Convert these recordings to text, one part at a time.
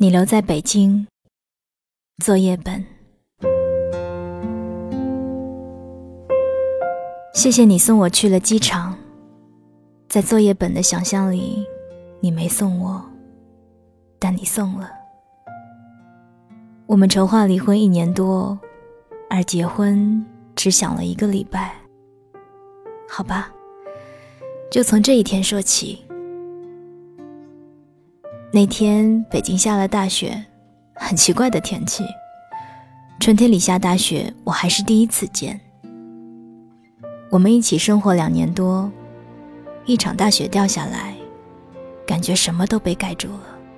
你留在北京，作业本。谢谢你送我去了机场，在作业本的想象里，你没送我，但你送了。我们筹划离婚1年多，而结婚只想了1个礼拜。好吧，就从这一天说起。那天北京下了大雪，很奇怪的天气。春天里下大雪，我还是第一次见。我们一起生活2年多，一场大雪掉下来，感觉什么都被盖住了。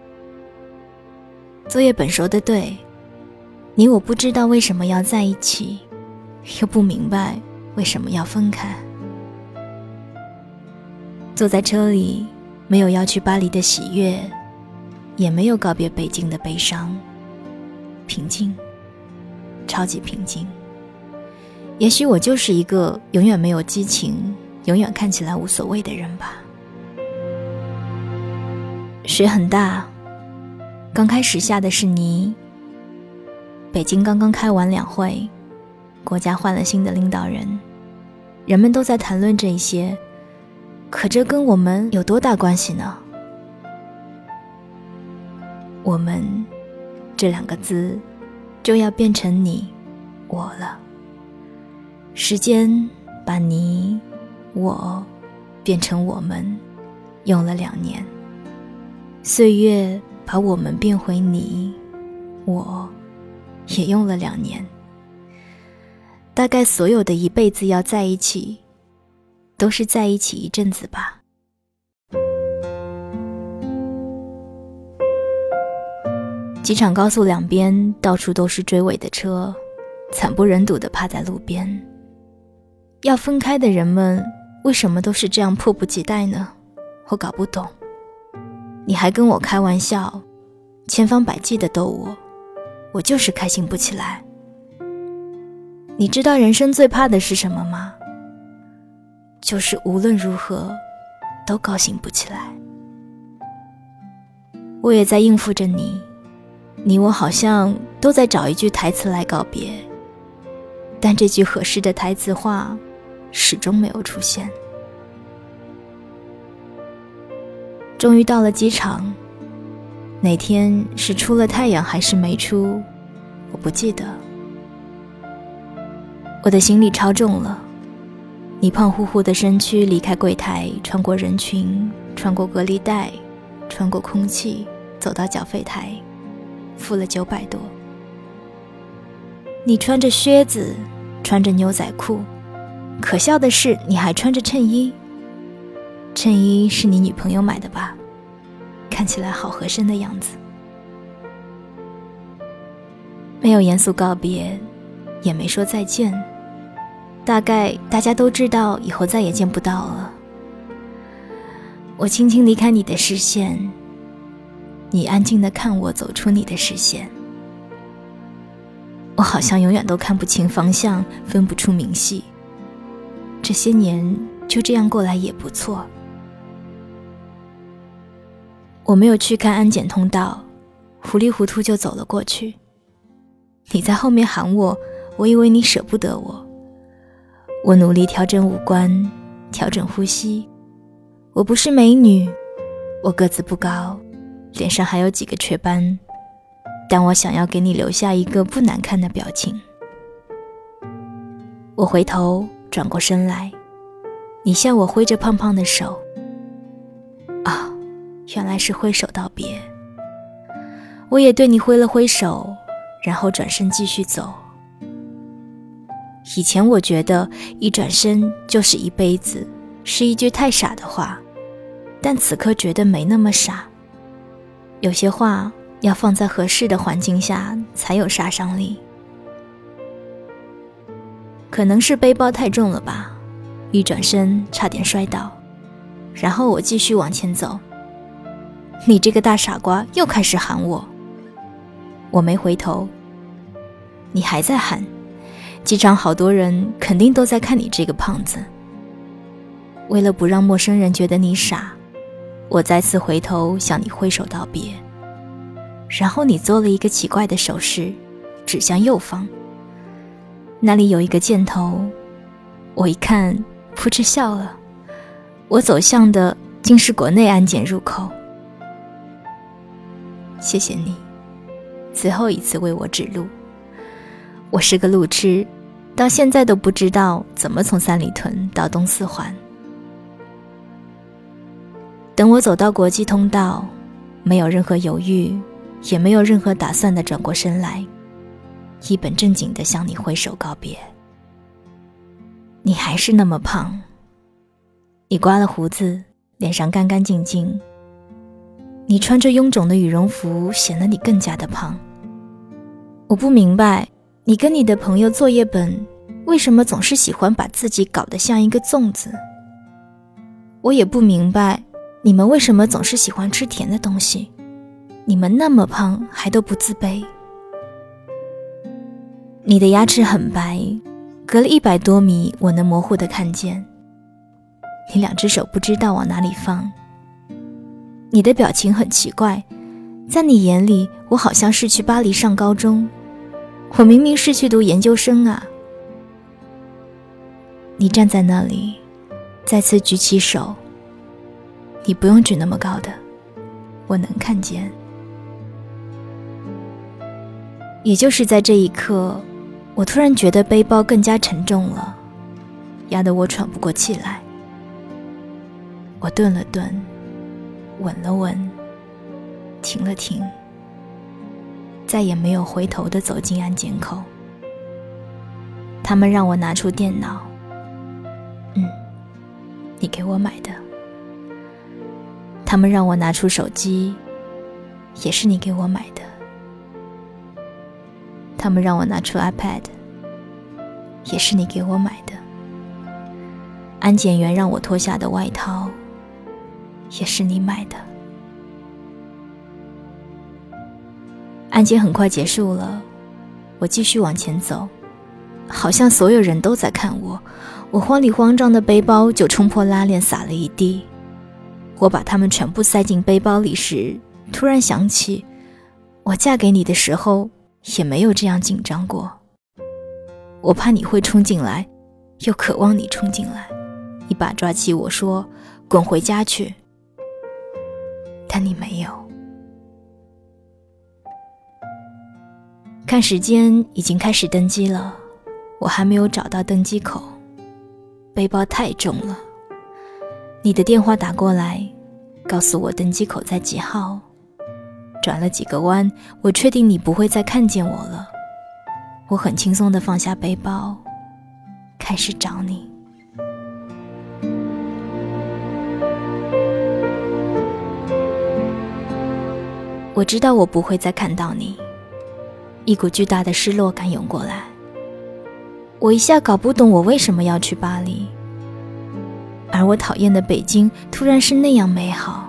作业本说得对，你我不知道为什么要在一起，又不明白为什么要分开。坐在车里，没有要去巴黎的喜悦，也没有告别北京的悲伤，平静，超级平静。也许我就是一个永远没有激情，永远看起来无所谓的人吧。雪很大，刚开始下的是泥。北京刚刚开完2会，国家换了新的领导人，人们都在谈论这些，可这跟我们有多大关系呢？我们这2个字就要变成你我了。时间把你我变成我们，用了2年。岁月把我们变回你我，也用了2年。大概所有的一辈子要在一起，都是在一起一阵子吧。机场高速2边到处都是追尾的车，惨不忍睹地趴在路边。要分开的人们为什么都是这样迫不及待呢？我搞不懂。你还跟我开玩笑，千方百计地逗我，我就是开心不起来。你知道人生最怕的是什么吗？就是无论如何都高兴不起来。我也在应付着你，你我好像都在找一句台词来告别，但这句合适的台词话始终没有出现。终于到了机场，哪天是出了太阳还是没出，我不记得。我的行李超重了，你胖乎乎的身躯离开柜台，穿过人群，穿过隔离带，穿过空气，走到缴费台，付了900多。你穿着靴子，穿着牛仔裤，可笑的是你还穿着衬衣。衬衣是你女朋友买的吧？看起来好合身的样子。没有严肃告别，也没说再见，大概大家都知道以后再也见不到了。我轻轻离开你的视线，你安静地看我走出你的视线。我好像永远都看不清方向，分不出明细。这些年就这样过来也不错。我没有去看安检通道，糊里糊涂就走了过去。你在后面喊我，我以为你舍不得我。我努力调整五官，调整呼吸。我不是美女，我个子不高，脸上还有几个雀斑，但我想要给你留下一个不难看的表情。我回头转过身来，你向我挥着胖胖的手。啊，原来是挥手道别。我也对你挥了挥手，然后转身继续走。以前我觉得一转身就是一辈子，是一句太傻的话，但此刻觉得没那么傻。有些话要放在合适的环境下才有杀伤力。可能是背包太重了吧，一转身差点摔倒，然后我继续往前走。你这个大傻瓜又开始喊我。我没回头。你还在喊，机场好多人肯定都在看你这个胖子。为了不让陌生人觉得你傻，我再次回头向你挥手道别。 然后你做了一个奇怪的手势，指向右方，那里有一个箭头。我一看，扑哧笑了，我走向的竟是国内安检入口。谢谢你，最后一次为我指路。我是个路痴，到现在都不知道怎么从三里屯到东四环。等我走到国际通道，没有任何犹豫，也没有任何打算地转过身来，一本正经地向你挥手告别。你还是那么胖，你刮了胡子，脸上干干净净，你穿着臃肿的羽绒服，显得你更加的胖。我不明白，你跟你的朋友作业本为什么总是喜欢把自己搞得像一个粽子？我也不明白，你们为什么总是喜欢吃甜的东西？你们那么胖还都不自卑。你的牙齿很白，隔了100多米我能模糊地看见。你2只手不知道往哪里放。你的表情很奇怪，在你眼里我好像是去巴黎上高中，我明明是去读研究生啊。你站在那里，再次举起手，你不用举那么高的，我能看见。也就是在这一刻，我突然觉得背包更加沉重了，压得我喘不过气来。我顿了顿，稳了稳，停了停，再也没有回头地走进安检口。他们让我拿出电脑，你给我买的。他们让我拿出手机，也是你给我买的。他们让我拿出 iPad， 也是你给我买的。安检员让我脱下的外套，也是你买的。安检很快结束了，我继续往前走，好像所有人都在看我。我慌里慌张的背包就冲破拉链洒了一地。我把它们全部塞进背包里时，突然想起，我嫁给你的时候也没有这样紧张过。我怕你会冲进来，又渴望你冲进来，一把抓起我说，滚回家去。但你没有。看时间已经开始登机了，我还没有找到登机口，背包太重了。你的电话打过来，告诉我登机口在几号。转了几个弯，我确定你不会再看见我了。我很轻松地放下背包，开始找你。我知道我不会再看到你，一股巨大的失落感涌过来。我一下搞不懂我为什么要去巴黎，而我讨厌的北京突然是那样美好。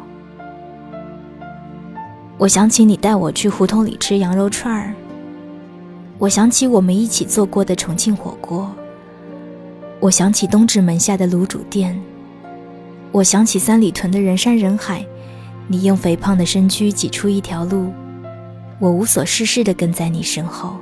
我想起你带我去胡同里吃羊肉串儿，我想起我们一起做过的重庆火锅，我想起东直门下的卤煮店，我想起三里屯的人山人海，你用肥胖的身躯挤出一条路，我无所事事地跟在你身后。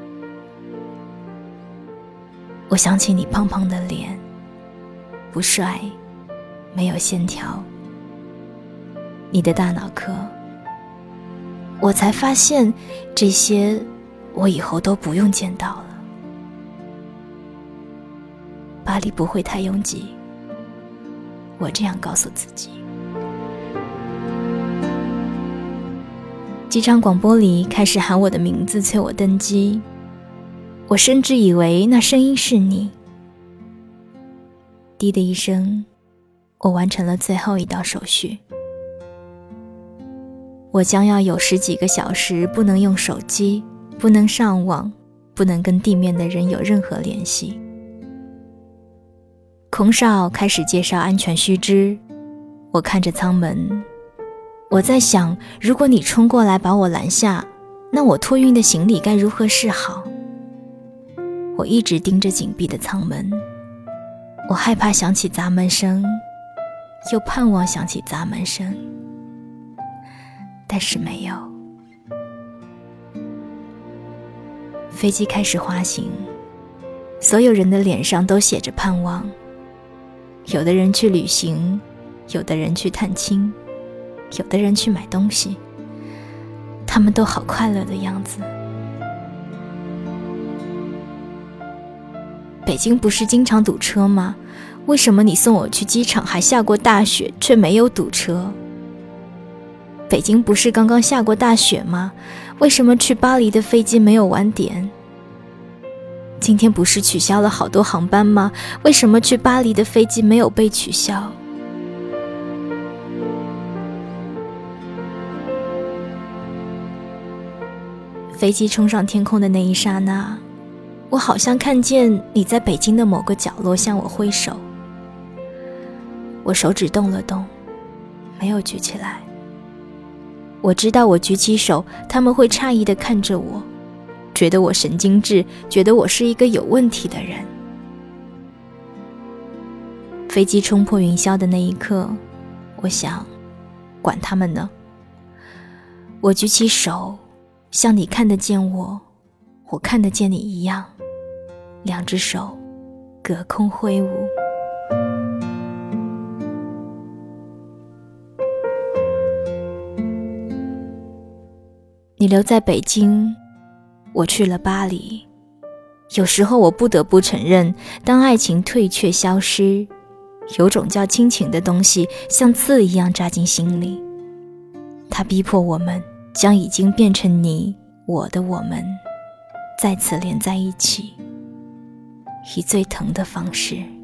我想起你胖胖的脸，不帅，没有线条，你的大脑壳。我才发现，这些我以后都不用见到了。巴黎不会太拥挤，我这样告诉自己。机场广播里开始喊我的名字，催我登机。我甚至以为那声音是你。滴的一声，我完成了最后一道手续。我将要有10几个小时不能用手机，不能上网，不能跟地面的人有任何联系。空少开始介绍安全须知，我看着舱门，我在想，如果你冲过来把我拦下，那我托运的行李该如何是好？我一直盯着紧闭的舱门，我害怕响起砸门声，又盼望响起砸门声，但是没有。 飞机开始滑行，所有人的脸上都写着盼望。有的人去旅行，有的人去探亲，有的人去买东西，他们都好快乐的样子。北京不是经常堵车吗？为什么你送我去机场还下过大雪，却没有堵车？北京不是刚刚下过大雪吗？为什么去巴黎的飞机没有晚点？今天不是取消了好多航班吗？为什么去巴黎的飞机没有被取消？飞机冲上天空的那一刹那，我好像看见你在北京的某个角落向我挥手。我手指动了动，没有举起来。我知道我举起手，他们会诧异地看着我，觉得我神经质，觉得我是一个有问题的人。飞机冲破云霄的那一刻，我想，管他们呢。我举起手，像你看得见我，我看得见你一样，两只手隔空挥舞。你留在北京，我去了巴黎。有时候我不得不承认，当爱情退却消失，有种叫亲情的东西像刺一样扎进心里，它逼迫我们将已经变成你我的我们再次连在一起，以最疼的方式。